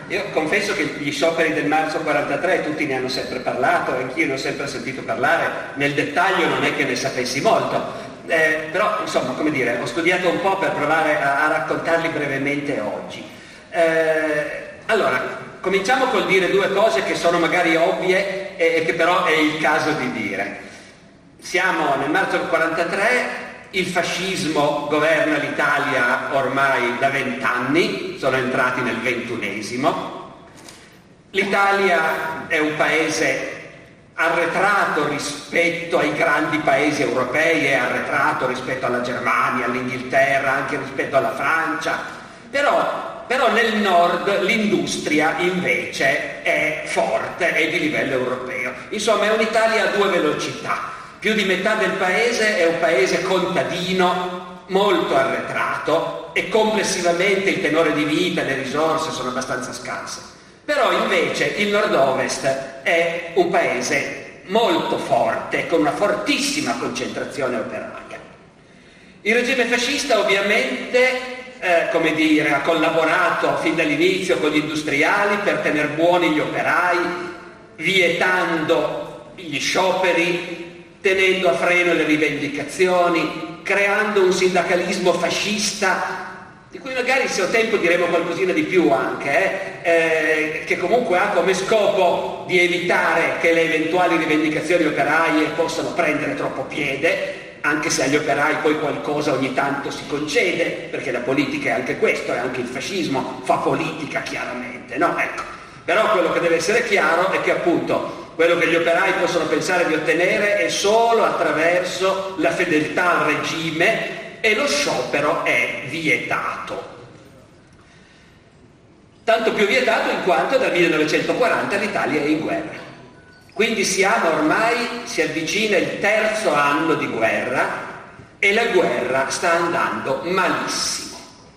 Io confesso che gli scioperi del marzo 43 tutti ne hanno sempre parlato, anch'io ne ho sempre sentito parlare, nel dettaglio non è che ne sapessi molto, però insomma, come dire, ho studiato un po' per provare a raccontarli brevemente oggi. Allora, cominciamo col dire due cose che sono magari ovvie e che però è il caso di dire. Siamo nel marzo del 43, il fascismo governa l'Italia ormai da 20 anni, sono entrati nel XXI. L'Italia è un paese arretrato rispetto ai grandi paesi europei, è arretrato rispetto alla Germania, all'Inghilterra, anche rispetto alla Francia, però nel nord l'industria invece è forte, è di livello europeo. Insomma, è un'Italia a due velocità. Più di metà del paese è un paese contadino, molto arretrato, e complessivamente il tenore di vita e le risorse sono abbastanza scarse. Però invece il nord-ovest è un paese molto forte, con una fortissima concentrazione operaia. Il regime fascista ovviamente ha collaborato fin dall'inizio con gli industriali per tener buoni gli operai, vietando gli scioperi, tenendo a freno le rivendicazioni, creando un sindacalismo fascista, di cui magari se ho tempo diremo qualcosina di più anche, che comunque ha come scopo di evitare che le eventuali rivendicazioni operaie possano prendere troppo piede, anche se agli operai poi qualcosa ogni tanto si concede, perché la politica è anche questo, e anche il fascismo fa politica chiaramente, no? Ecco. Però quello che deve essere chiaro è che appunto quello che gli operai possono pensare di ottenere è solo attraverso la fedeltà al regime, e lo sciopero è vietato. Tanto più vietato in quanto dal 1940 l'Italia è in guerra. Quindi si avvicina il terzo anno di guerra e la guerra sta andando malissimo.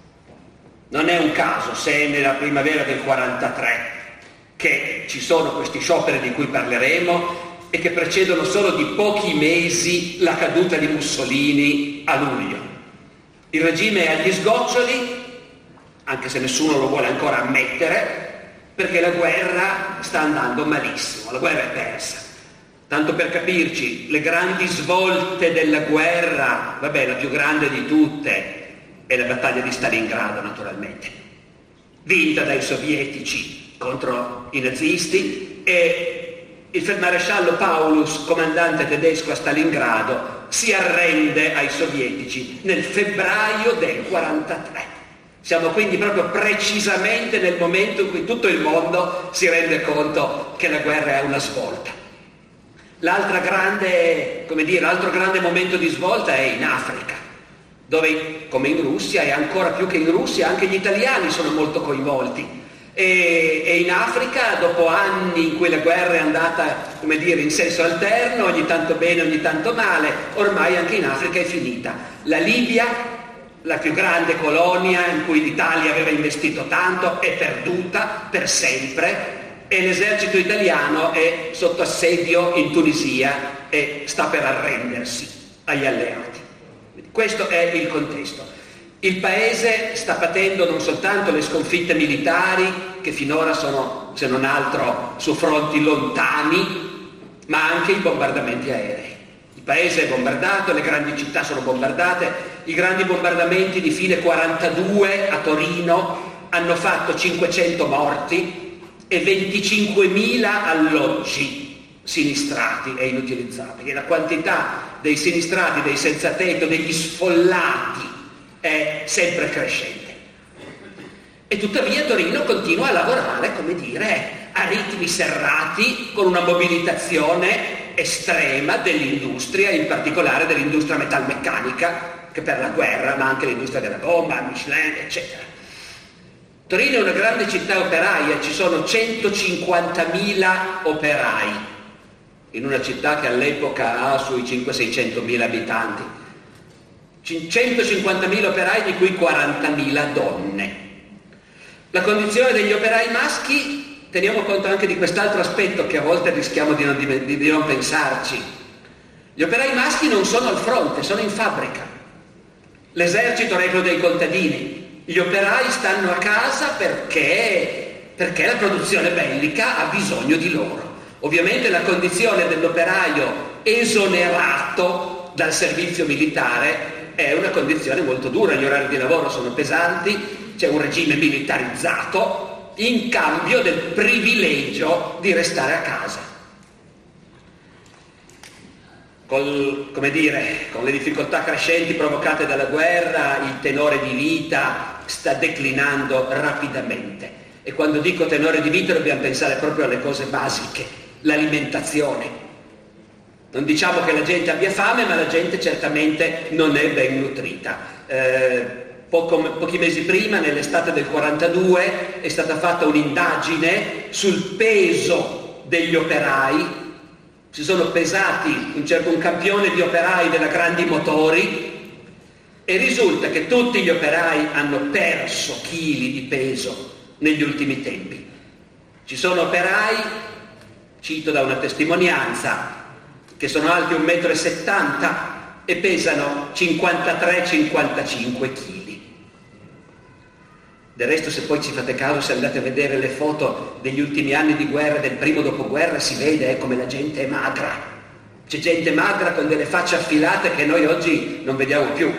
Non è un caso se nella primavera del 43 che ci sono questi scioperi di cui parleremo e che precedono solo di pochi mesi la caduta di Mussolini a luglio. Il regime è agli sgoccioli, anche se nessuno lo vuole ancora ammettere, perché la guerra sta andando malissimo, la guerra è persa. Tanto per capirci, le grandi svolte della guerra, la più grande di tutte è la battaglia di Stalingrado, naturalmente, vinta dai sovietici contro i nazisti, e il feldmaresciallo Paulus, comandante tedesco a Stalingrado, si arrende ai sovietici nel febbraio del 43. Siamo quindi proprio precisamente nel momento in cui tutto il mondo si rende conto che la guerra è una svolta. L'altro grande momento di svolta è in Africa, dove, come in Russia, e ancora più che in Russia, anche gli italiani sono molto coinvolti. E in Africa, dopo anni in cui la guerra è andata, in senso alterno, ogni tanto bene, ogni tanto male, ormai anche in Africa è finita. La Libia, la più grande colonia in cui l'Italia aveva investito tanto, è perduta per sempre, e l'esercito italiano è sotto assedio in Tunisia e sta per arrendersi agli alleati. Questo è il contesto. Il paese sta patendo non soltanto le sconfitte militari, che finora sono, se non altro, su fronti lontani, ma anche i bombardamenti aerei. Il paese è bombardato, le grandi città sono bombardate, i grandi bombardamenti di fine 42 a Torino hanno fatto 500 morti e 25.000 alloggi sinistrati e inutilizzati. E la quantità dei sinistrati, dei senza tetto, degli sfollati è sempre crescente. E tuttavia Torino continua a lavorare, a ritmi serrati, con una mobilitazione estrema dell'industria, in particolare dell'industria metalmeccanica, che per la guerra, ma anche l'industria della bomba, Michelin, eccetera. Torino è una grande città operaia, ci sono 150.000 operai, in una città che all'epoca ha sui 500-600.000 abitanti. 150.000 operai, di cui 40.000 donne. La condizione degli operai maschi, teniamo conto anche di quest'altro aspetto che a volte rischiamo di non pensarci. Gli operai maschi non sono al fronte, sono in fabbrica. L'esercito recluta i contadini, gli operai stanno a casa perché perché la produzione bellica ha bisogno di loro. Ovviamente la condizione dell'operaio esonerato dal servizio militare è una condizione molto dura, gli orari di lavoro sono pesanti, c'è un regime militarizzato in cambio del privilegio di restare a casa. Con le difficoltà crescenti provocate dalla guerra, il tenore di vita sta declinando rapidamente. E quando dico tenore di vita dobbiamo pensare proprio alle cose basiche, l'alimentazione. Non diciamo che la gente abbia fame, ma la gente certamente non è ben nutrita. Pochi mesi prima, nell'estate del 42, è stata fatta un'indagine sul peso degli operai. Si sono pesati un campione di operai della Grandi Motori e risulta che tutti gli operai hanno perso chili di peso negli ultimi tempi. Ci sono operai, cito da una testimonianza, che sono alti 1,70 m e pesano 53-55 kg. Del resto, se poi ci fate caso, se andate a vedere le foto degli ultimi anni di guerra, del primo dopoguerra, si vede come la gente è magra. C'è gente magra con delle facce affilate che noi oggi non vediamo più.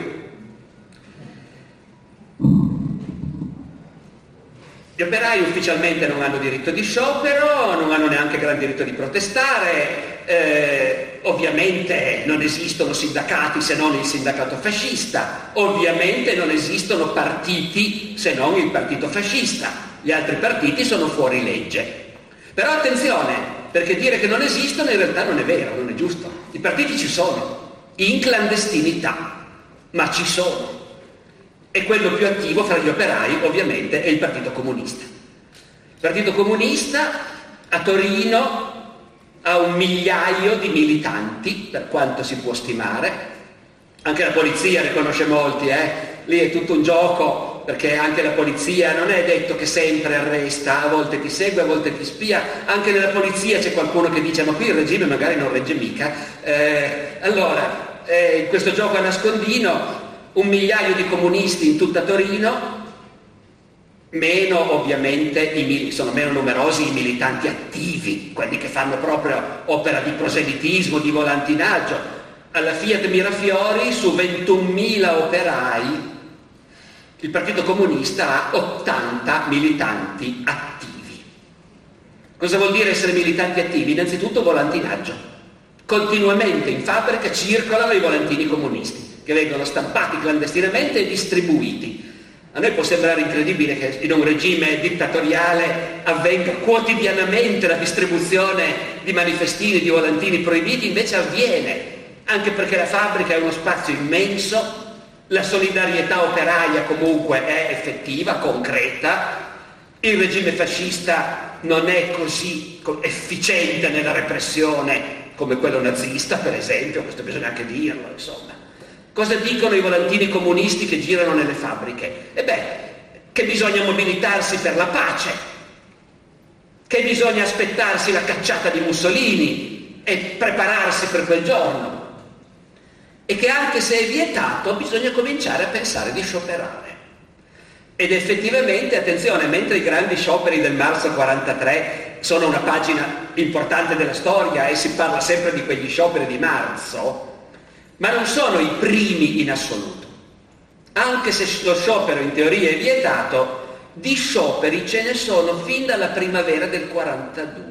Gli operai ufficialmente non hanno diritto di sciopero, non hanno neanche gran diritto di protestare, ovviamente non esistono sindacati se non il sindacato fascista, ovviamente non esistono partiti se non il partito fascista, gli altri partiti sono fuori legge. Però attenzione, perché dire che non esistono in realtà non è vero, non è giusto. I partiti ci sono, in clandestinità, ma ci sono. E quello più attivo fra gli operai ovviamente è il Partito Comunista. Il Partito Comunista a Torino ha 1 migliaio di militanti, per quanto si può stimare. Anche la polizia ne conosce molti, lì è tutto un gioco, perché anche la polizia non è detto che sempre arresta, a volte ti segue, a volte ti spia. Anche nella polizia c'è qualcuno che dice ma qui il regime magari non regge mica. In questo gioco a nascondino 1 migliaio di comunisti in tutta Torino, meno ovviamente sono meno numerosi i militanti attivi, quelli che fanno proprio opera di proselitismo, di volantinaggio. Alla Fiat Mirafiori su 21.000 operai il Partito Comunista ha 80 militanti attivi. Cosa vuol dire essere militanti attivi? Innanzitutto volantinaggio. Continuamente in fabbrica circolano i volantini comunisti, che vengono stampati clandestinamente e distribuiti. A noi può sembrare incredibile che in un regime dittatoriale avvenga quotidianamente la distribuzione di manifestini, di volantini proibiti, invece avviene, anche perché la fabbrica è uno spazio immenso, la solidarietà operaia comunque è effettiva, concreta, il regime fascista non è così efficiente nella repressione come quello nazista, per esempio, questo bisogna anche dirlo, insomma. Cosa dicono i volantini comunisti che girano nelle fabbriche? Che bisogna mobilitarsi per la pace, che bisogna aspettarsi la cacciata di Mussolini e prepararsi per quel giorno, e che anche se è vietato bisogna cominciare a pensare di scioperare. Ed effettivamente, attenzione, mentre i grandi scioperi del marzo 43 sono una pagina importante della storia e si parla sempre di quegli scioperi di marzo, ma non sono i primi in assoluto. Anche se lo sciopero in teoria è vietato, di scioperi ce ne sono fin dalla primavera del 42.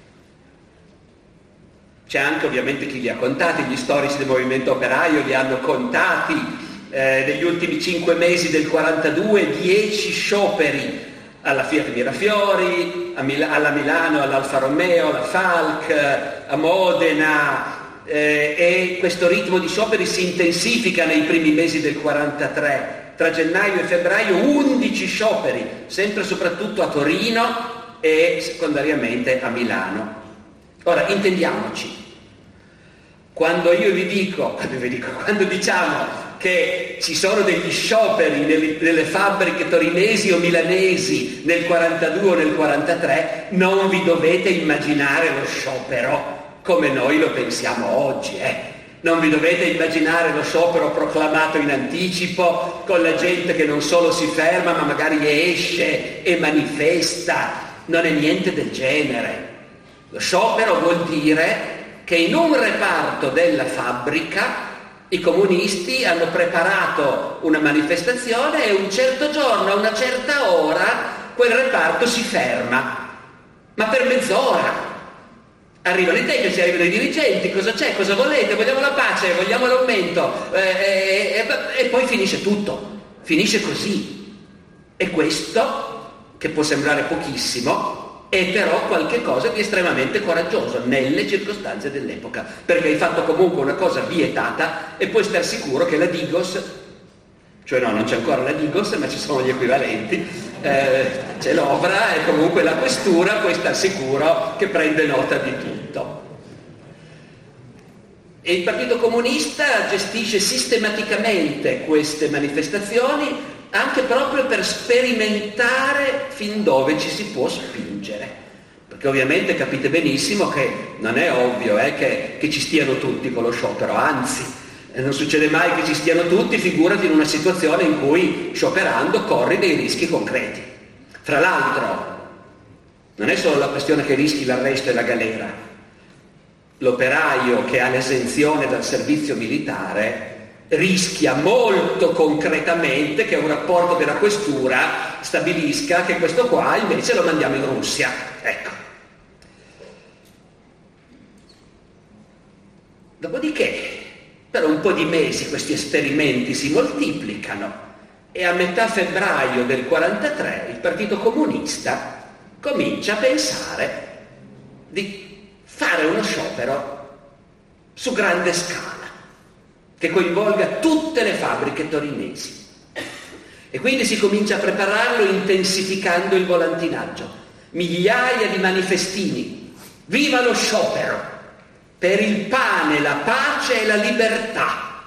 C'è anche ovviamente chi li ha contati, gli storici del movimento operaio li hanno contati, negli ultimi 5 mesi del 42, 10 scioperi alla Fiat Mirafiori, alla Milano, all'Alfa Romeo, alla Falck, a Modena, e questo ritmo di scioperi si intensifica nei primi mesi del 43. Tra gennaio e febbraio 11 scioperi, sempre e soprattutto a Torino e secondariamente a Milano. Ora, intendiamoci, quando diciamo che ci sono degli scioperi nelle fabbriche torinesi o milanesi nel 42 o nel 43, non vi dovete immaginare lo sciopero come noi lo pensiamo oggi, Non vi dovete immaginare lo sciopero proclamato in anticipo, con la gente che non solo si ferma, ma magari esce e manifesta Non è niente del genere. Lo sciopero vuol dire che in un reparto della fabbrica i comunisti hanno preparato una manifestazione e un certo giorno, a una certa ora, quel reparto si ferma, ma per mezz'ora. Arrivano i tecnici, arrivano i dirigenti, cosa c'è, cosa volete, vogliamo la pace, vogliamo l'aumento, e poi finisce tutto, finisce così. E questo, che può sembrare pochissimo, è però qualche cosa di estremamente coraggioso nelle circostanze dell'epoca, perché hai fatto comunque una cosa vietata e puoi star sicuro che la Digos, cioè no, non c'è ancora la Digos, ma ci sono gli equivalenti, c'è l'Ovra e comunque la questura, puoi star sicuro che prende nota di tutto. E il Partito Comunista gestisce sistematicamente queste manifestazioni anche proprio per sperimentare fin dove ci si può spingere, perché ovviamente capite benissimo che non è ovvio che ci stiano tutti con lo sciopero, anzi non succede mai che ci stiano tutti, figurati in una situazione in cui scioperando corri dei rischi concreti. Fra l'altro non è solo la questione che rischi l'arresto e la galera, l'operaio che ha l'esenzione dal servizio militare rischia molto concretamente che un rapporto della questura stabilisca che questo qua invece lo mandiamo in Russia. Ecco. Dopodiché, per un po' di mesi questi esperimenti si moltiplicano e a metà febbraio del 1943 il Partito Comunista comincia a pensare di fare uno sciopero su grande scala, che coinvolga tutte le fabbriche torinesi. E quindi si comincia a prepararlo intensificando il volantinaggio. Migliaia di manifestini. Viva lo sciopero! Per il pane, la pace e la libertà.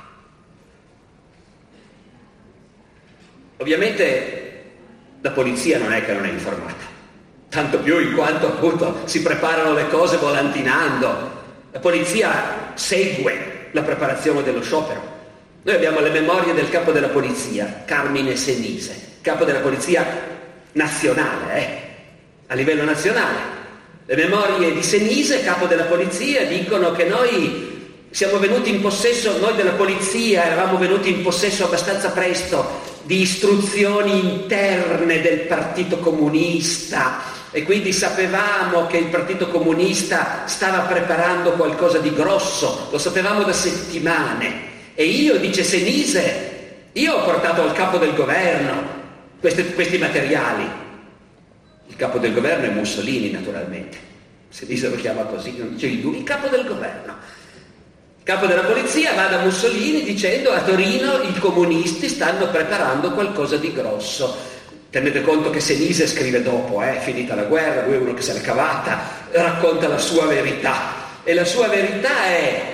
Ovviamente la polizia non è che non è informata, tanto più in quanto appunto si preparano le cose volantinando. La polizia segue la preparazione dello sciopero. Noi abbiamo le memorie del capo della polizia, Carmine Senise, capo della polizia nazionale, a livello nazionale. Le memorie di Senise, capo della polizia, dicono che noi siamo venuti in possesso, noi della polizia eravamo venuti in possesso abbastanza presto di istruzioni interne del Partito Comunista, e quindi sapevamo che il Partito Comunista stava preparando qualcosa di grosso, lo sapevamo da settimane. E io, dice Senise, io ho portato al capo del governo questi materiali. Il capo del governo è Mussolini, naturalmente. Senise lo chiama così, non dice lui, il capo del governo. Il capo della polizia va da Mussolini dicendo: a Torino i comunisti stanno preparando qualcosa di grosso. Tenete conto che Senise scrive dopo, finita la guerra, lui è uno che se l'è cavata, racconta la sua verità. E la sua verità è: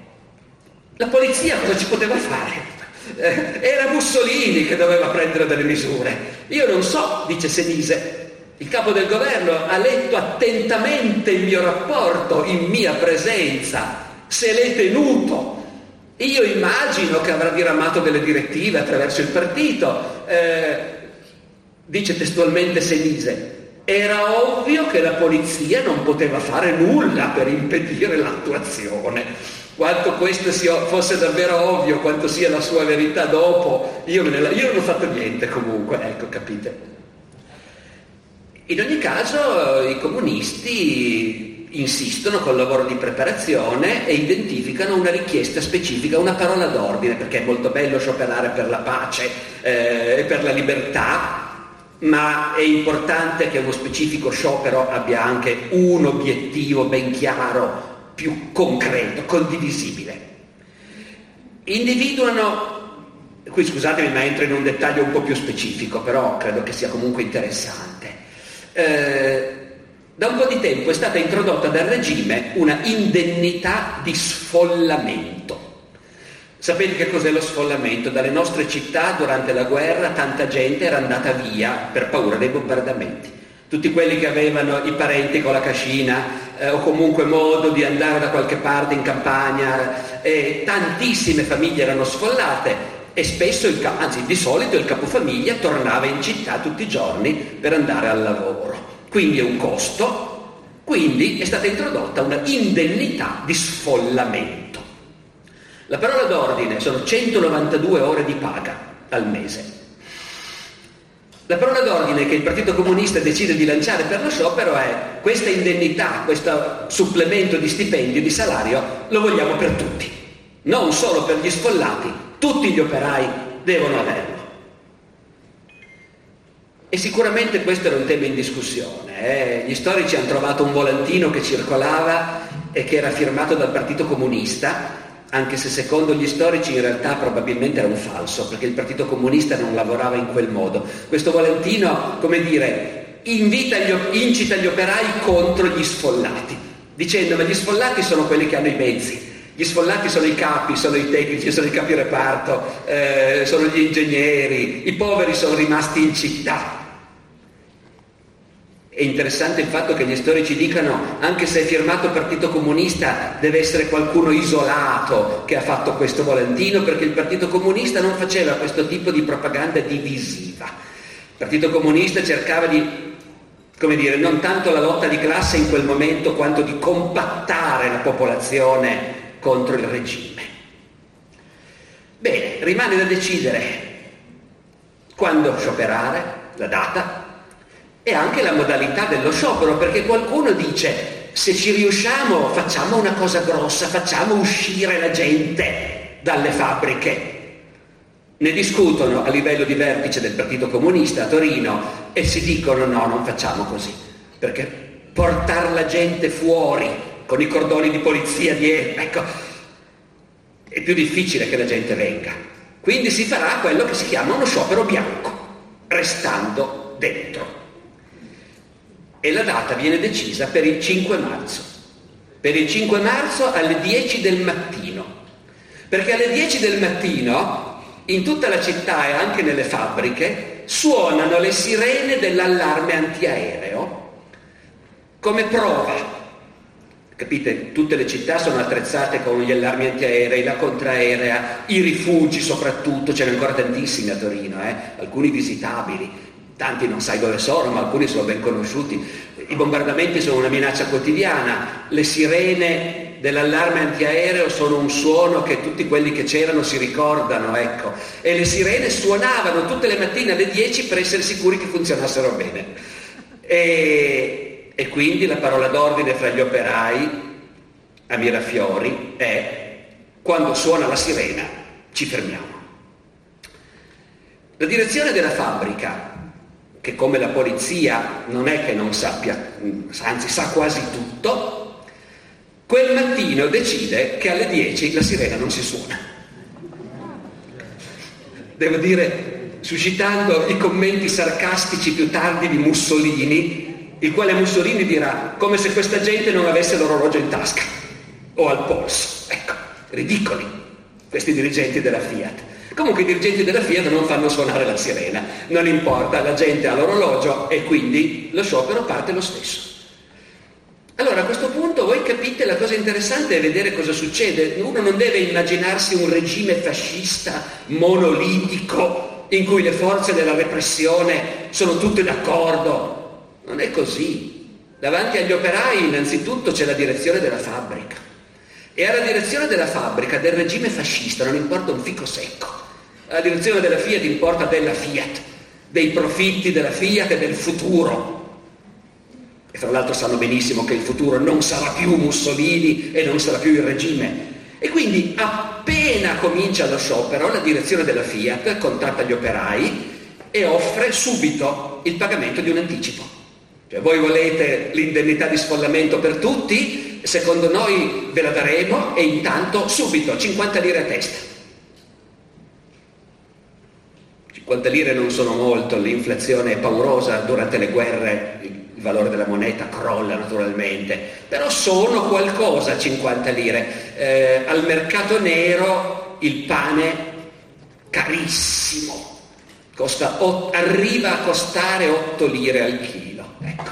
la polizia cosa ci poteva fare? Era Mussolini che doveva prendere delle misure. Io non so, dice Senise, il capo del governo ha letto attentamente il mio rapporto in mia presenza, se l'è tenuto. Io immagino che avrà diramato delle direttive attraverso il partito. Dice testualmente Senise: era ovvio che la polizia non poteva fare nulla per impedire l'attuazione. Quanto questo fosse davvero ovvio, quanto sia la sua verità dopo, io non ho fatto niente comunque, ecco, capite? In ogni caso i comunisti insistono col lavoro di preparazione e identificano una richiesta specifica, una parola d'ordine, perché è molto bello scioperare per la pace e per la libertà, ma è importante che uno specifico sciopero abbia anche un obiettivo ben chiaro, più concreto, condivisibile. Individuano, qui scusatemi ma entro in un dettaglio un po' più specifico, però credo che sia comunque interessante. Da un po' di tempo è stata introdotta dal regime una indennità di sfollamento. Sapete che cos'è lo sfollamento? Dalle nostre città durante la guerra tanta gente era andata via per paura dei bombardamenti. Tutti quelli che avevano i parenti con la cascina o comunque modo di andare da qualche parte in campagna, tantissime famiglie erano sfollate e spesso, anzi di solito il capofamiglia tornava in città tutti i giorni per andare al lavoro. quindi è un costo, quindi è stata introdotta una indennità di sfollamento. La parola d'ordine sono 192 ore di paga al mese. La parola d'ordine che il Partito Comunista decide di lanciare per lo sciopero è: questa indennità, questo supplemento di stipendio, di salario, lo vogliamo per tutti, non solo per gli sfollati, tutti gli operai devono averlo. E sicuramente questo era un tema in discussione. Gli storici hanno trovato un volantino che circolava e che era firmato dal Partito Comunista, anche se secondo gli storici in realtà probabilmente era un falso, perché il Partito Comunista non lavorava in quel modo. Questo volantino, come dire, incita gli operai contro gli sfollati, dicendo: ma gli sfollati sono quelli che hanno i mezzi, gli sfollati sono i capi, sono i tecnici, sono i capi reparto, sono gli ingegneri, i poveri sono rimasti in città. È interessante il fatto che gli storici dicano: anche se è firmato Partito Comunista, deve essere qualcuno isolato che ha fatto questo volantino, perché il Partito Comunista non faceva questo tipo di propaganda divisiva. Il Partito Comunista cercava di, come dire, non tanto la lotta di classe in quel momento, quanto di compattare la popolazione contro il regime. Bene, rimane da decidere quando scioperare, la data, e anche la modalità dello sciopero, perché qualcuno dice: se ci riusciamo facciamo una cosa grossa, facciamo uscire la gente dalle fabbriche. Ne discutono a livello di vertice del Partito Comunista a Torino e si dicono: no, non facciamo così, perché portare la gente fuori con i cordoni di polizia dietro, ecco, è più difficile che la gente venga. Quindi si farà quello che si chiama uno sciopero bianco, restando dentro. E la data viene decisa per il 5 marzo. Per il 5 marzo alle 10 del mattino. Perché alle 10 del mattino, in tutta la città e anche nelle fabbriche, suonano le sirene dell'allarme antiaereo come prova. Capite? Tutte le città sono attrezzate con gli allarmi antiaerei, la contraerea, i rifugi soprattutto, ce ne ancora tantissimi a Torino, alcuni visitabili. Tanti non sai dove sono, ma alcuni sono ben conosciuti. I bombardamenti sono una minaccia quotidiana, le sirene dell'allarme antiaereo sono un suono che tutti quelli che c'erano si ricordano, ecco. E le sirene suonavano tutte le mattine alle 10 per essere sicuri che funzionassero bene. E quindi la parola d'ordine fra gli operai a Mirafiori è: quando suona la sirena ci fermiamo. La direzione della fabbrica, che come la polizia non è che non sappia, anzi sa quasi tutto, quel mattino decide che alle 10 la sirena non si suona. Devo dire, suscitando i commenti sarcastici più tardi di Mussolini, il quale Mussolini dirà: come se questa gente non avesse l'orologio in tasca o al polso. Ecco, ridicoli questi dirigenti della Fiat. Comunque i dirigenti della Fiat non fanno suonare la sirena, non importa, la gente ha l'orologio e quindi lo sciopero parte lo stesso. Allora a questo punto voi capite, la cosa interessante è vedere cosa succede. Uno non deve immaginarsi un regime fascista monolitico in cui le forze della repressione sono tutte d'accordo. Non è così. Davanti agli operai innanzitutto c'è la direzione della fabbrica, e alla direzione della fabbrica del regime fascista non importa un fico secco. La direzione della Fiat importa della Fiat, dei profitti della Fiat e del futuro. E tra l'altro sanno benissimo che il futuro non sarà più Mussolini e non sarà più il regime. E quindi appena comincia lo sciopero, la direzione della Fiat contatta gli operai e offre subito il pagamento di un anticipo. Cioè, voi volete l'indennità di sfollamento per tutti, secondo noi ve la daremo, e intanto subito 50 lire a testa. 50 lire non sono molto, l'inflazione è paurosa, durante le guerre il valore della moneta crolla naturalmente, però sono qualcosa 50 lire. Al mercato nero il pane carissimo, arriva a costare 8 lire al chilo. Ecco.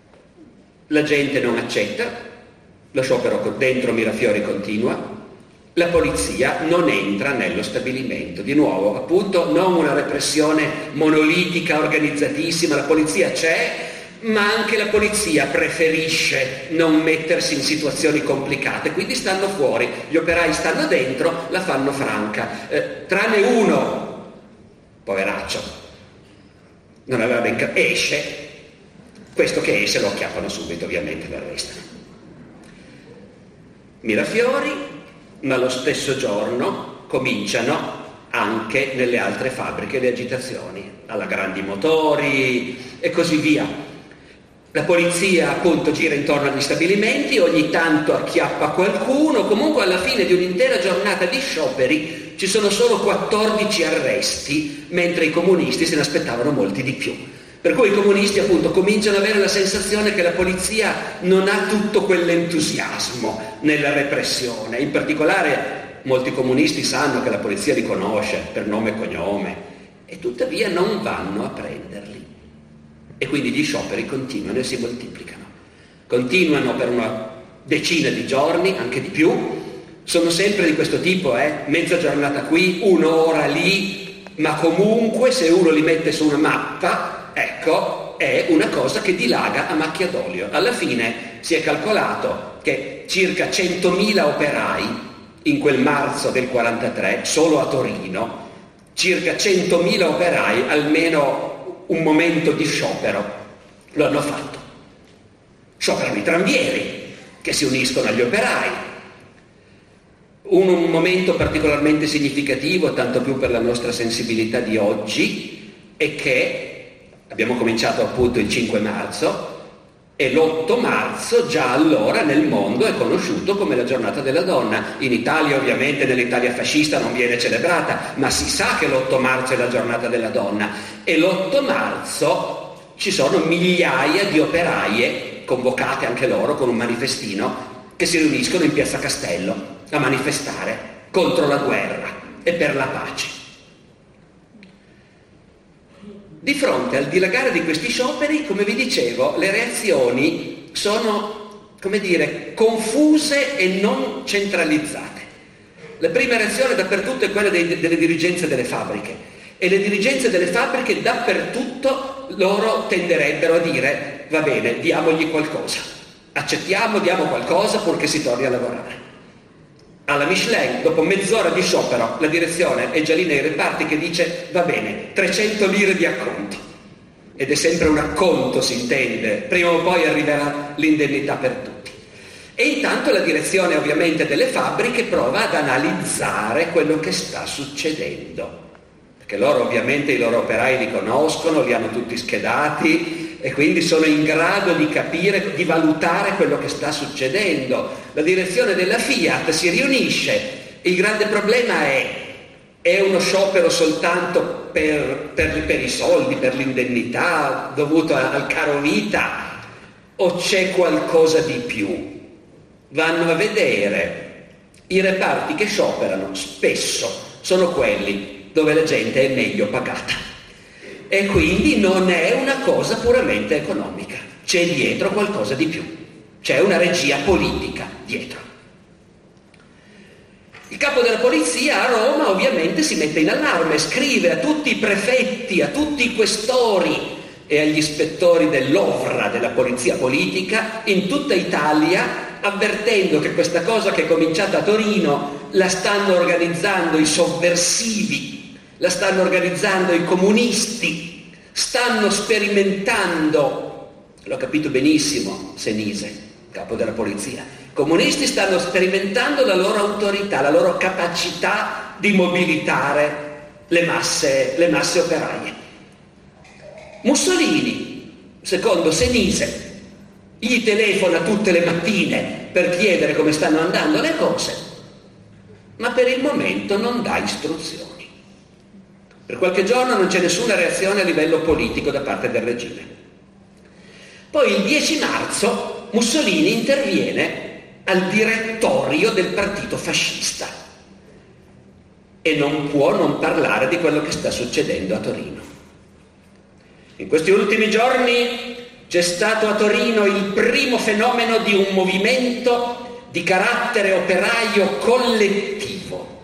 La gente non accetta, lo sciopero dentro Mirafiori continua. la polizia non entra nello stabilimento. Di nuovo, appunto, non una repressione monolitica, organizzatissima, la polizia c'è, ma anche la polizia preferisce non mettersi in situazioni complicate, quindi stanno fuori, gli operai stanno dentro, la fanno franca, tranne uno, poveraccio, non aveva ben esce, questo che esce lo acchiappano subito, ovviamente l'arrestano. Mirafiori, ma lo stesso giorno cominciano anche nelle altre fabbriche le agitazioni, alla Grandi Motori e così via. La polizia appunto gira intorno agli stabilimenti, ogni tanto acchiappa qualcuno, comunque alla fine di un'intera giornata di scioperi ci sono solo 14 arresti, mentre i comunisti se ne aspettavano molti di più. Per cui i comunisti appunto cominciano ad avere la sensazione che la polizia non ha tutto quell'entusiasmo nella repressione. In particolare molti comunisti sanno che la polizia li conosce per nome e cognome e tuttavia non vanno a prenderli. E quindi gli scioperi continuano e si moltiplicano. Continuano per una decina di giorni, anche di più. Sono sempre di questo tipo, mezza giornata qui, un'ora lì, ma comunque se uno li mette su una mappa, ecco, è una cosa che dilaga a macchia d'olio. Alla fine si è calcolato che circa 100.000 operai in quel marzo del 43, solo a Torino, circa 100.000 operai, almeno un momento di sciopero lo hanno fatto. Scioperano i tranvieri che si uniscono agli operai. Un momento particolarmente significativo, tanto più per la nostra sensibilità di oggi, è che abbiamo cominciato appunto il 5 marzo e l'8 marzo già allora nel mondo è conosciuto come la giornata della donna. In Italia ovviamente, nell'Italia fascista non viene celebrata, ma si sa che l'8 marzo è la giornata della donna e l'8 marzo ci sono migliaia di operaie convocate anche loro con un manifestino che si riuniscono in Piazza Castello a manifestare contro la guerra e per la pace. Di fronte al dilagare di questi scioperi, come vi dicevo, le reazioni sono, come dire, confuse e non centralizzate. La prima reazione dappertutto è quella delle dirigenze delle fabbriche, e le dirigenze delle fabbriche dappertutto loro tenderebbero a dire: va bene, diamogli qualcosa, accettiamo, diamo qualcosa purché si torni a lavorare. Alla Michelin, dopo mezz'ora di sciopero, la direzione è già lì nei reparti che dice: va bene, 300 lire di acconto. Ed è sempre un acconto, si intende, prima o poi arriverà l'indennità per tutti. E intanto la direzione ovviamente delle fabbriche prova ad analizzare quello che sta succedendo, perché loro ovviamente i loro operai li conoscono, li hanno tutti schedati e quindi sono in grado di capire, di valutare quello che sta succedendo. La direzione della Fiat si riunisce, il grande problema è uno sciopero soltanto per i soldi, per l'indennità dovuto al caro vita, o c'è qualcosa di più? Vanno a vedere. I reparti che scioperano spesso sono quelli dove la gente è meglio pagata. E quindi non è una cosa puramente economica, c'è dietro qualcosa di più, c'è una regia politica dietro. Il capo della polizia a Roma ovviamente si mette in allarme, scrive a tutti i prefetti, a tutti i questori e agli ispettori dell'OVRA, della polizia politica, in tutta Italia, avvertendo che questa cosa che è cominciata a Torino la stanno organizzando i sovversivi, la stanno organizzando i comunisti, stanno sperimentando, l'ho capito benissimo Senise, capo della polizia, i comunisti stanno sperimentando la loro autorità, la loro capacità di mobilitare le masse operaie. Mussolini, secondo Senise, gli telefona tutte le mattine per chiedere come stanno andando le cose, ma per il momento non dà istruzioni. Per qualche giorno non c'è nessuna reazione a livello politico da parte del regime. Poi il 10 marzo Mussolini interviene al direttorio del partito fascista e non può non parlare di quello che sta succedendo a Torino. In questi ultimi giorni c'è stato a Torino il primo fenomeno di un movimento di carattere operaio collettivo.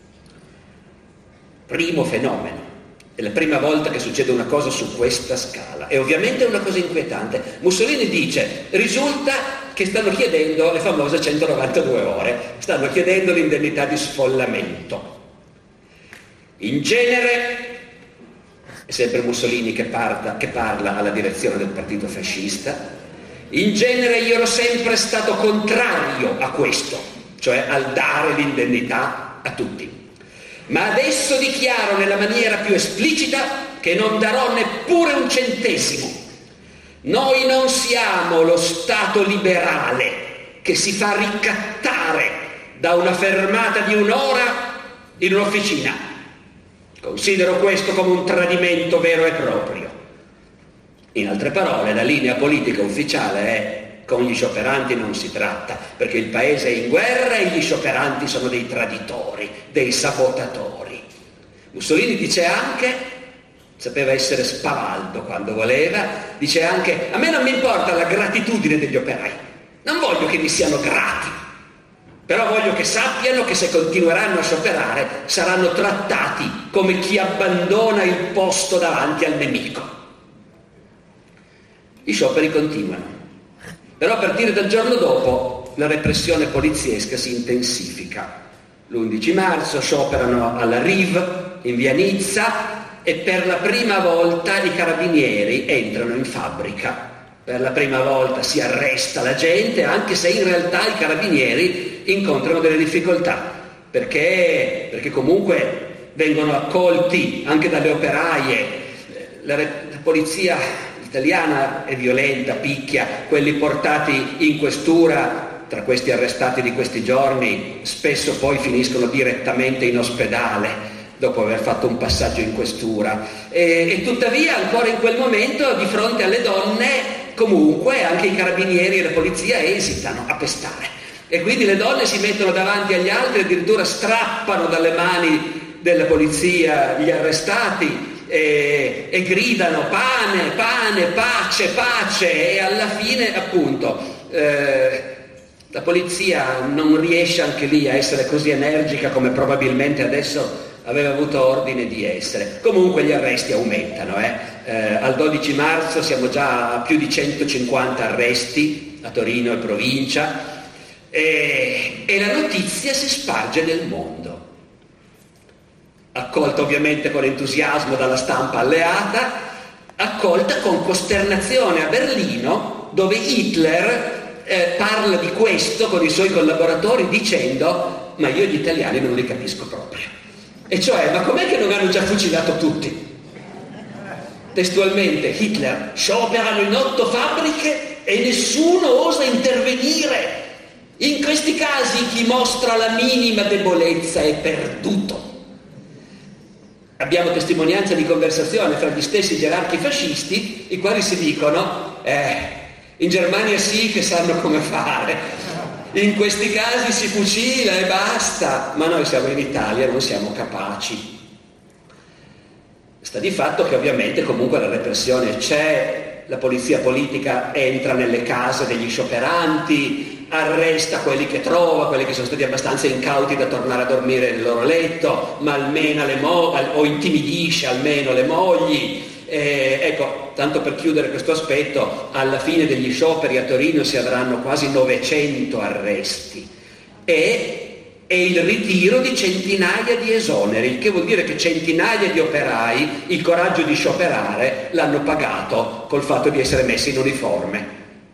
Primo fenomeno. È la prima volta che succede una cosa su questa scala e ovviamente è una cosa inquietante. Mussolini dice: risulta che stanno chiedendo le famose 192 ore, stanno chiedendo l'indennità di sfollamento. In genere è sempre Mussolini che parla alla direzione del partito fascista. In genere io ero sempre stato contrario a questo, cioè al dare l'indennità a tutti. Ma adesso dichiaro nella maniera più esplicita che non darò neppure un centesimo. Noi non siamo lo Stato liberale che si fa ricattare da una fermata di un'ora in un'officina. Considero questo come un tradimento vero e proprio. In altre parole, la linea politica ufficiale è: con gli scioperanti non si tratta, perché il paese è in guerra e gli scioperanti sono dei traditori, dei sabotatori. Mussolini dice anche, sapeva essere spavaldo quando voleva, dice anche: a me non mi importa la gratitudine degli operai, non voglio che mi siano grati, però voglio che sappiano che se continueranno a scioperare saranno trattati come chi abbandona il posto davanti al nemico. Gli scioperi continuano. Però a partire dal giorno dopo la repressione poliziesca si intensifica. L'11 marzo scioperano alla Riv, in via Nizza, e per la prima volta i carabinieri entrano in fabbrica. Per la prima volta si arresta la gente, anche se in realtà i carabinieri incontrano delle difficoltà, perché comunque vengono accolti anche dalle operaie. La polizia italiana è violenta, picchia, quelli portati in questura, tra questi arrestati di questi giorni, spesso poi finiscono direttamente in ospedale dopo aver fatto un passaggio in questura. E tuttavia ancora in quel momento, di fronte alle donne, comunque anche i carabinieri e la polizia esitano a pestare. E quindi le donne si mettono davanti agli altri, addirittura strappano dalle mani della polizia gli arrestati, e gridano pane, pane, pace, pace, e alla fine appunto la polizia non riesce anche lì a essere così energica come probabilmente adesso aveva avuto ordine di essere. Comunque gli arresti aumentano, al 12 marzo siamo già a più di 150 arresti a Torino e provincia, e la notizia si sparge nel mondo. Accolta ovviamente con entusiasmo dalla stampa alleata, accolta con costernazione a Berlino, dove Hitler parla di questo con i suoi collaboratori dicendo: ma io gli italiani non li capisco proprio. E cioè, ma com'è che non hanno già fucilato tutti? Testualmente, Hitler: scioperano in 8 fabbriche e nessuno osa intervenire. In questi casi chi mostra la minima debolezza è perduto. Abbiamo testimonianza di conversazione fra gli stessi gerarchi fascisti, i quali si dicono: in Germania sì che sanno come fare, in questi casi si fucila e basta, ma noi siamo in Italia, non siamo capaci. Sta di fatto che ovviamente comunque la repressione c'è, la polizia politica entra nelle case degli scioperanti, arresta quelli che trova, quelli che sono stati abbastanza incauti da tornare a dormire nel loro letto, malmena o intimidisce almeno le mogli. Ecco, tanto per chiudere questo aspetto, alla fine degli scioperi a Torino si avranno quasi 900 arresti e il ritiro di centinaia di esoneri, il che vuol dire che centinaia di operai il coraggio di scioperare l'hanno pagato col fatto di essere messi in uniforme.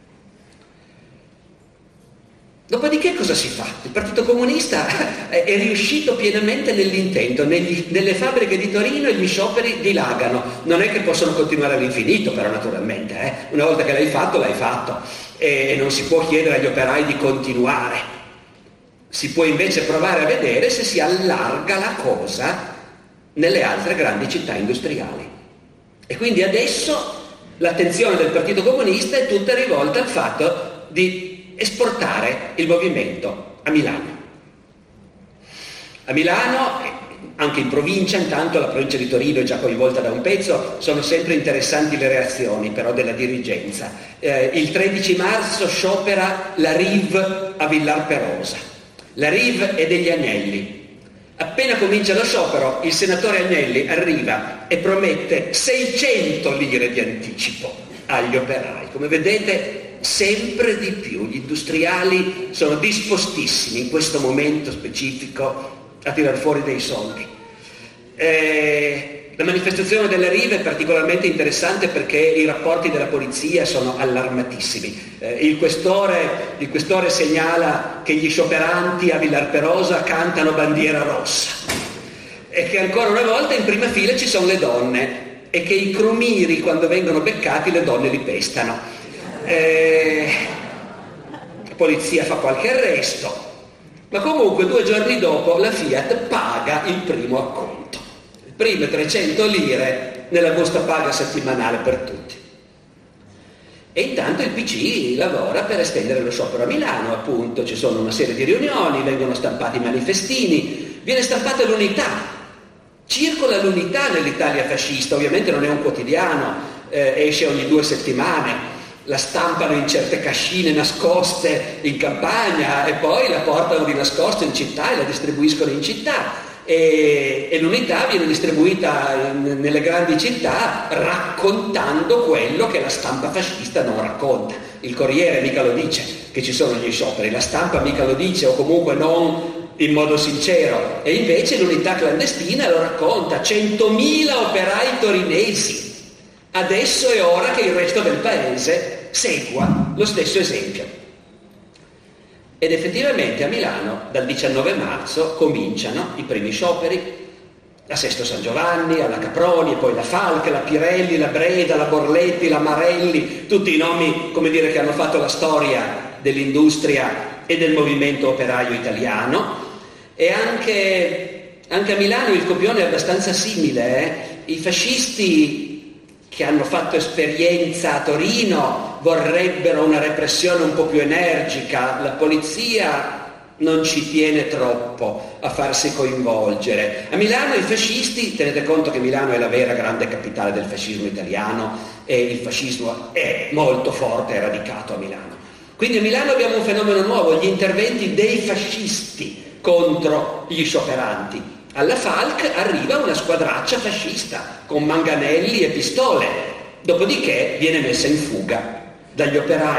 Dopodiché cosa si fa? Il Partito Comunista è riuscito pienamente nell'intento. Nelle fabbriche di Torino gli scioperi dilagano. Non è che possono continuare all'infinito, però naturalmente. Una volta che l'hai fatto, l'hai fatto. E non si può chiedere agli operai di continuare. Si può invece provare a vedere se si allarga la cosa nelle altre grandi città industriali. E quindi adesso l'attenzione del Partito Comunista è tutta rivolta al fatto di esportare il movimento a Milano. A Milano Anche in provincia, intanto la provincia di Torino è già coinvolta da un pezzo, sono sempre interessanti le reazioni però della dirigenza. Il 13 marzo sciopera la RIV a Villar Perosa. La RIV è degli Agnelli. Appena comincia lo sciopero, il senatore Agnelli arriva e promette 600 lire di anticipo agli operai. Come vedete, sempre di più gli industriali sono dispostissimi in questo momento specifico a tirar fuori dei soldi. La manifestazione della RIV è particolarmente interessante perché i rapporti della polizia sono allarmatissimi. Il questore segnala che gli scioperanti a Villar Perosa cantano Bandiera Rossa e che ancora una volta in prima fila ci sono le donne e che i crumiri, quando vengono beccati, le donne li pestano. La polizia fa qualche arresto. Ma comunque 2 giorni dopo la Fiat paga il primo acconto. Le prime 300 lire nella busta paga settimanale per tutti. E intanto il PC lavora per estendere lo sciopero a Milano, appunto. Ci sono una serie di riunioni, vengono stampati manifestini, viene stampata l'Unità. Circola l'Unità nell'Italia fascista, ovviamente non è un quotidiano, esce ogni 2 settimane. La stampano in certe cascine nascoste in campagna e poi la portano di nascosto in città e la distribuiscono in città e l'Unità viene distribuita nelle grandi città raccontando quello che la stampa fascista non racconta. Il Corriere mica lo dice che ci sono gli scioperi, la stampa mica lo dice o comunque non in modo sincero, e invece l'Unità clandestina lo racconta. 100.000 operai torinesi. Adesso è ora che il resto del paese segua lo stesso esempio. Ed effettivamente a Milano dal 19 marzo cominciano i primi scioperi, la Sesto San Giovanni, alla Caproni, e poi la Falck, la Pirelli, la Breda, la Borletti, la Marelli, tutti i nomi, come dire, che hanno fatto la storia dell'industria e del movimento operaio italiano. E anche a Milano il copione è abbastanza simile. I fascisti che hanno fatto esperienza a Torino vorrebbero una repressione un po' più energica, la polizia non ci tiene troppo a farsi coinvolgere. A Milano i fascisti, tenete conto che Milano è la vera grande capitale del fascismo italiano e il fascismo è molto forte e radicato a Milano. Quindi a Milano abbiamo un fenomeno nuovo, gli interventi dei fascisti contro gli scioperanti. Alla Falck arriva una squadraccia fascista con manganelli e pistole, dopodiché viene messa in fuga dagli operai.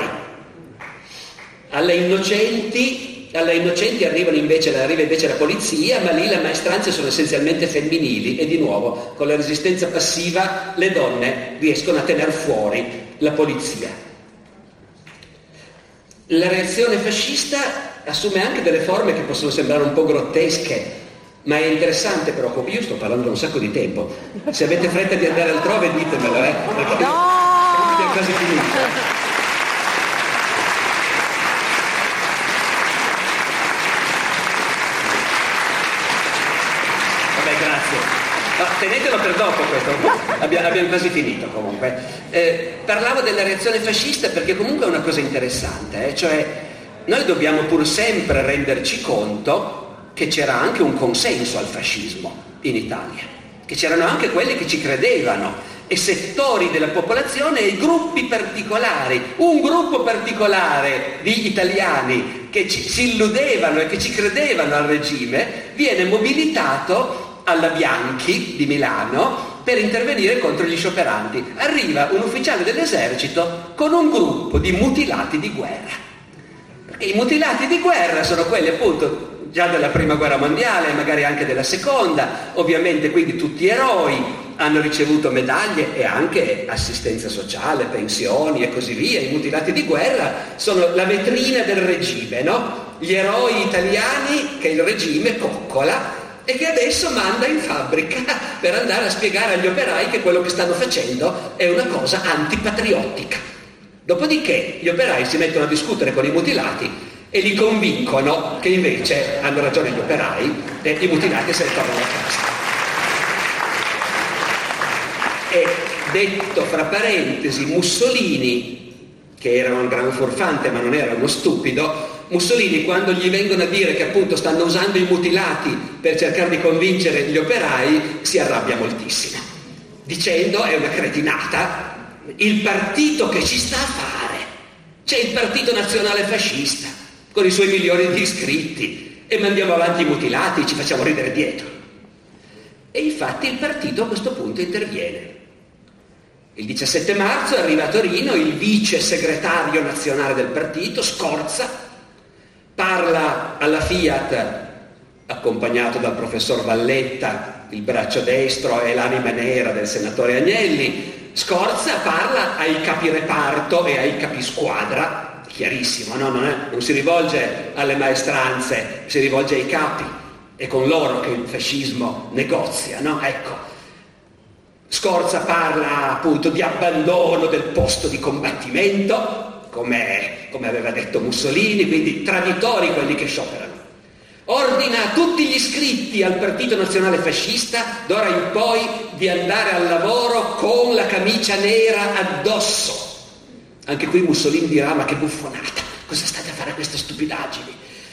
Alle Innocenti arriva invece la polizia, ma lì le maestranze sono essenzialmente femminili e di nuovo con la resistenza passiva le donne riescono a tener fuori la polizia. La reazione fascista assume anche delle forme che possono sembrare un po' grottesche, ma è interessante però, come io sto parlando da un sacco di tempo, se avete fretta di andare altrove ditemelo, perché è quasi finito. Vabbè, grazie. No, tenetelo per dopo questo, abbiamo quasi finito comunque. Parlavo della reazione fascista perché comunque è una cosa interessante, cioè noi dobbiamo pur sempre renderci conto che c'era anche un consenso al fascismo in Italia, che c'erano anche quelli che ci credevano e settori della popolazione e gruppi particolari, un gruppo particolare di italiani che si illudevano e che ci credevano al regime viene mobilitato alla Bianchi di Milano per intervenire contro gli scioperanti. Arriva un ufficiale dell'esercito con un gruppo di mutilati di guerra. Perché i mutilati di guerra sono quelli appunto già della prima guerra mondiale, magari anche della seconda, ovviamente quindi tutti eroi, hanno ricevuto medaglie e anche assistenza sociale, pensioni e così via. I mutilati di guerra sono la vetrina del regime, no? Gli eroi italiani che il regime coccola e che adesso manda in fabbrica per andare a spiegare agli operai che quello che stanno facendo è una cosa antipatriottica. Dopodiché gli operai si mettono a discutere con i mutilati e li convincono che invece hanno ragione gli operai e i mutilati se ne tornano a casa. E detto fra parentesi, Mussolini, che era un gran furfante ma non era uno stupido, Mussolini, quando gli vengono a dire che appunto stanno usando i mutilati per cercare di convincere gli operai, si arrabbia moltissimo, dicendo è una cretinata, il partito che ci sta a fare, c'è il partito nazionale fascista con i suoi milioni di iscritti e mandiamo avanti i mutilati, ci facciamo ridere dietro. E infatti il partito a questo punto interviene. Il 17 marzo arriva a Torino il vice segretario nazionale del partito, Scorza, parla alla Fiat accompagnato dal professor Valletta, il braccio destro e l'anima nera del senatore Agnelli. Scorza parla ai capi reparto e ai capi squadra, chiarissimo, no? Non si rivolge alle maestranze, si rivolge ai capi, è con loro che il fascismo negozia, no? Ecco. Scorza parla appunto di abbandono del posto di combattimento, come aveva detto Mussolini, quindi traditori quelli che scioperano. Ordina a tutti gli iscritti al Partito Nazionale Fascista d'ora in poi di andare al lavoro con la camicia nera addosso. Anche qui Mussolini dirà: ma che buffonata, cosa state a fare queste stupidaggini?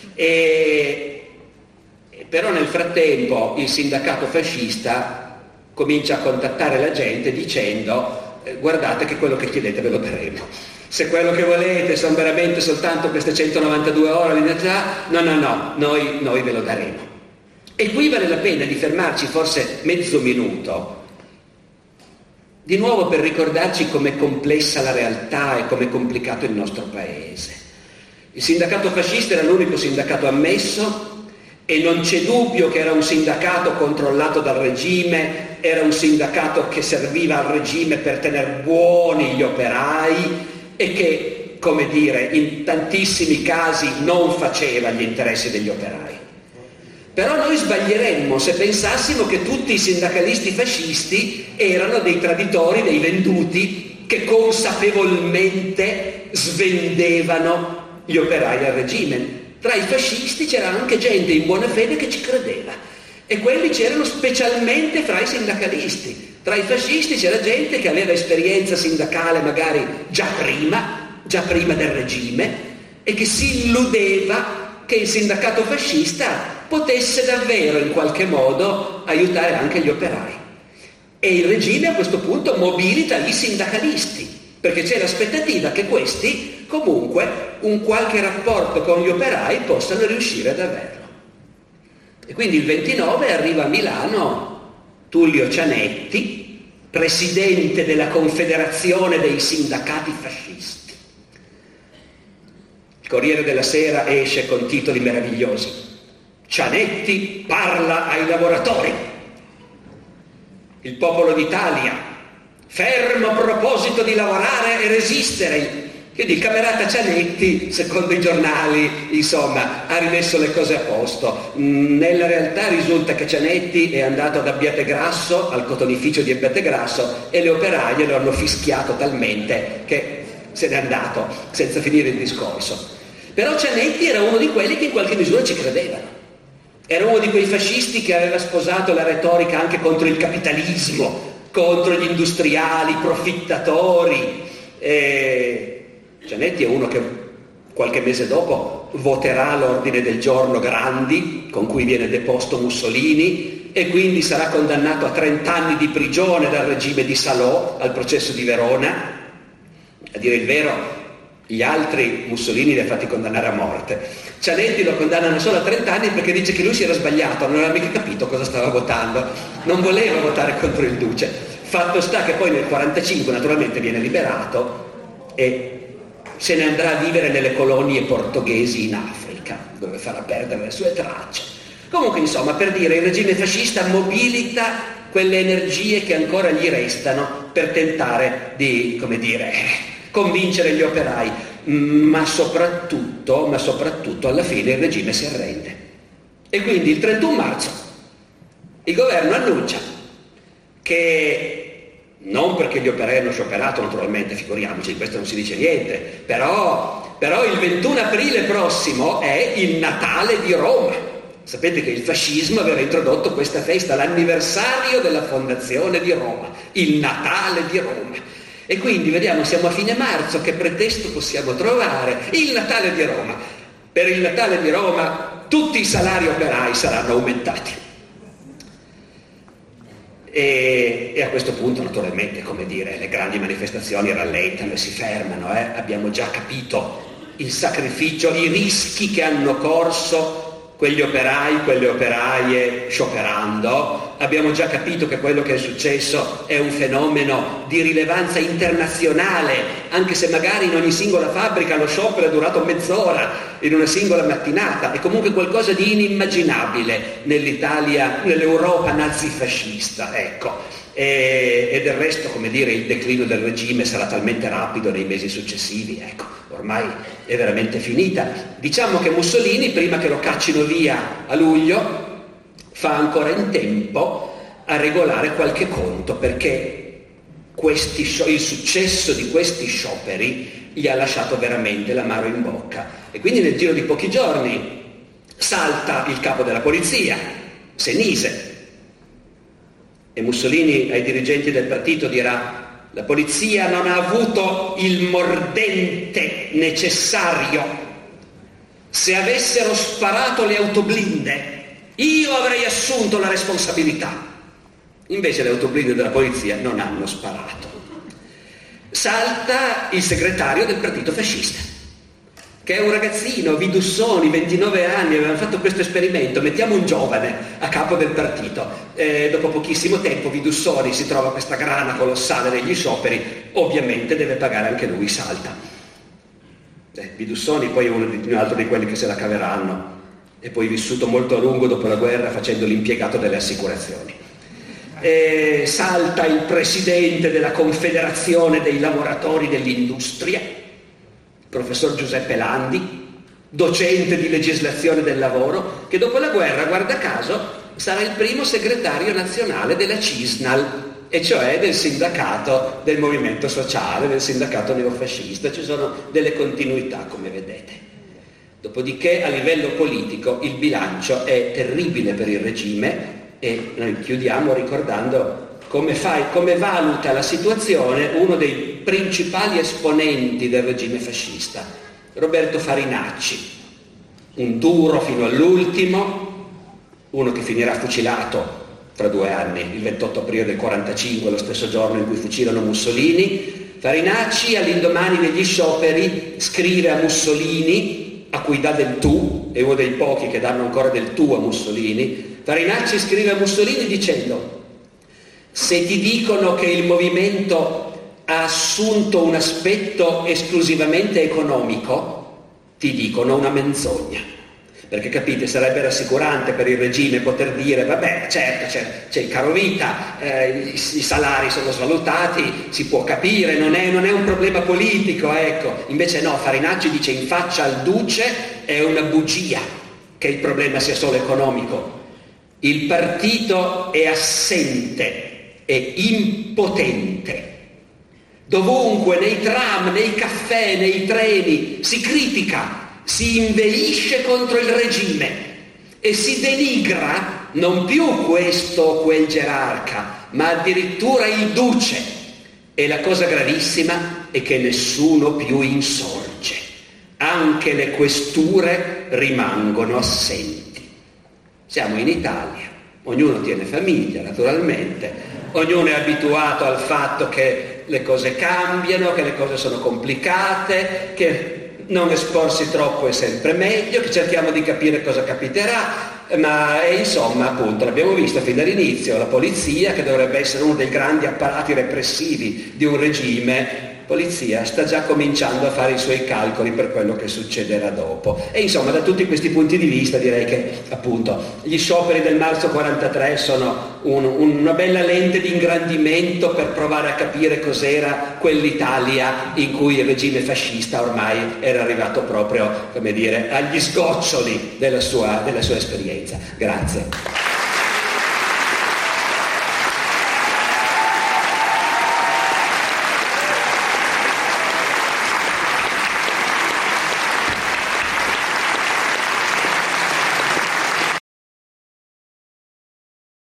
Però nel frattempo il sindacato fascista comincia a contattare la gente dicendo: guardate che quello che chiedete ve lo daremo. Se quello che volete sono veramente soltanto queste 192 ore di età, no, noi ve lo daremo. E qui vale la pena di fermarci forse mezzo minuto, di nuovo per ricordarci com'è complessa la realtà e com'è complicato il nostro paese. Il sindacato fascista era l'unico sindacato ammesso, e non c'è dubbio che era un sindacato controllato dal regime, era un sindacato che serviva al regime per tenere buoni gli operai e che, come dire, in tantissimi casi non faceva gli interessi degli operai. Però noi sbaglieremmo se pensassimo che tutti i sindacalisti fascisti erano dei traditori, dei venduti che consapevolmente svendevano gli operai al regime. Tra i fascisti c'era anche gente in buona fede che ci credeva, e quelli c'erano specialmente fra i sindacalisti. Tra i fascisti c'era gente che aveva esperienza sindacale magari già prima del regime, e che si illudeva che il sindacato fascista potesse davvero in qualche modo aiutare anche gli operai. E il regime a questo punto mobilita i sindacalisti, perché c'è l'aspettativa che questi comunque un qualche rapporto con gli operai possano riuscire ad averlo. E quindi il 29 arriva a Milano Tullio Cianetti, presidente della Confederazione dei Sindacati Fascisti. Il Corriere della Sera esce con titoli meravigliosi: Cianetti parla ai lavoratori. Il Popolo d'Italia: fermo a proposito di lavorare e resistere. Quindi il camerata Cianetti, secondo i giornali, insomma, ha rimesso le cose a posto. Nella realtà risulta che Cianetti è andato ad Abbiategrasso, al cotonificio di Abbiategrasso, e le operaie lo hanno fischiato talmente che se n'è andato, senza finire il discorso. Però Cianetti era uno di quelli che in qualche misura ci credevano. Era uno di quei fascisti che aveva sposato la retorica anche contro il capitalismo, contro gli industriali, profittatori. Cianetti è uno che qualche mese dopo voterà l'ordine del giorno Grandi, con cui viene deposto Mussolini, e quindi sarà condannato a 30 anni di prigione dal regime di Salò al processo di Verona. A dire il vero, gli altri Mussolini li ha fatti condannare a morte. Cianetti lo condannano solo a 30 anni perché dice che lui si era sbagliato, non aveva mica capito cosa stava votando, non voleva votare contro il duce. Fatto sta che poi nel 1945 naturalmente viene liberato e se ne andrà a vivere nelle colonie portoghesi in Africa, dove farà perdere le sue tracce. Comunque, insomma, per dire, il regime fascista mobilita quelle energie che ancora gli restano per tentare di, come dire, convincere gli operai, ma soprattutto alla fine il regime si arrende. E quindi il 31 marzo il governo annuncia che, non perché gli operai hanno scioperato naturalmente, figuriamoci, di questo non si dice niente, però il 21 aprile prossimo è il Natale di Roma. Sapete che il fascismo aveva introdotto questa festa, l'anniversario della fondazione di Roma, il Natale di Roma. E quindi vediamo, siamo a fine marzo, che pretesto possiamo trovare? Il Natale di Roma. Per il Natale di Roma tutti i salari operai saranno aumentati. E a questo punto, naturalmente, come dire, le grandi manifestazioni rallentano e si fermano. Abbiamo già capito il sacrificio, i rischi che hanno corso quegli operai, quelle operaie scioperando. Abbiamo già capito che quello che è successo è un fenomeno di rilevanza internazionale, anche se magari in ogni singola fabbrica lo sciopero è durato mezz'ora, in una singola mattinata. È comunque qualcosa di inimmaginabile nell'Italia, nell'Europa nazifascista, ecco. E del resto, come dire, il declino del regime sarà talmente rapido nei mesi successivi, ecco, ormai è veramente finita. Diciamo che Mussolini, prima che lo caccino via a luglio, fa ancora in tempo a regolare qualche conto, perché il successo di questi scioperi gli ha lasciato veramente l'amaro in bocca. E quindi nel giro di pochi giorni salta il capo della polizia, Senise, e Mussolini ai dirigenti del partito dirà: la polizia non ha avuto il mordente necessario. Se avessero sparato le autoblinde, io avrei assunto la responsabilità. Invece le autoblinde della polizia non hanno sparato. Salta il segretario del partito fascista, che è un ragazzino, Vidussoni, 29 anni, avevano fatto questo esperimento: mettiamo un giovane a capo del partito. Dopo pochissimo tempo Vidussoni si trova questa grana colossale degli scioperi, ovviamente deve pagare anche lui, salta. Vidussoni poi è un altro di quelli che se la caveranno, e poi vissuto molto a lungo dopo la guerra facendo l'impiegato delle assicurazioni. Salta il presidente della Confederazione dei lavoratori dell'industria, professor Giuseppe Landi, docente di legislazione del lavoro, che dopo la guerra, guarda caso, sarà il primo segretario nazionale della CISNAL, e cioè del sindacato del movimento sociale, del sindacato neofascista. Ci sono delle continuità, come vedete. Dopodiché, a livello politico, il bilancio è terribile per il regime, e noi chiudiamo ricordando come valuta la situazione uno dei principali esponenti del regime fascista, Roberto Farinacci, un duro fino all'ultimo, uno che finirà fucilato tra 2 anni, il 28 aprile del 45, lo stesso giorno in cui fucilano Mussolini. Farinacci, all'indomani degli scioperi, scrive a Mussolini, a cui dà del tu, è uno dei pochi che danno ancora del tu a Mussolini. Farinacci scrive a Mussolini dicendo: se ti dicono che il movimento ha assunto un aspetto esclusivamente economico, ti dicono una menzogna. Perché capite, sarebbe rassicurante per il regime poter dire: vabbè, certo, c'è il caro vita, i salari sono svalutati, si può capire, non è un problema politico, ecco. Invece no, Farinacci dice in faccia al duce: è una bugia che il problema sia solo economico. Il partito è assente, è impotente. Dovunque, nei tram, nei caffè, nei treni, si critica, si inveisce contro il regime e si denigra non più questo o quel gerarca, ma addirittura il duce. E la cosa gravissima è che nessuno più insorge. Anche le questure rimangono assenti. Siamo in Italia, ognuno tiene famiglia naturalmente, ognuno è abituato al fatto che le cose cambiano, che le cose sono complicate, che non esporsi troppo è sempre meglio, che cerchiamo di capire cosa capiterà, ma insomma, appunto, l'abbiamo visto fin dall'inizio, la polizia, che dovrebbe essere uno dei grandi apparati repressivi di un regime, polizia sta già cominciando a fare i suoi calcoli per quello che succederà dopo. E insomma, da tutti questi punti di vista direi che appunto gli scioperi del marzo 43 sono una bella lente di ingrandimento per provare a capire cos'era quell'Italia in cui il regime fascista ormai era arrivato proprio, come dire, agli sgoccioli della sua esperienza. Grazie.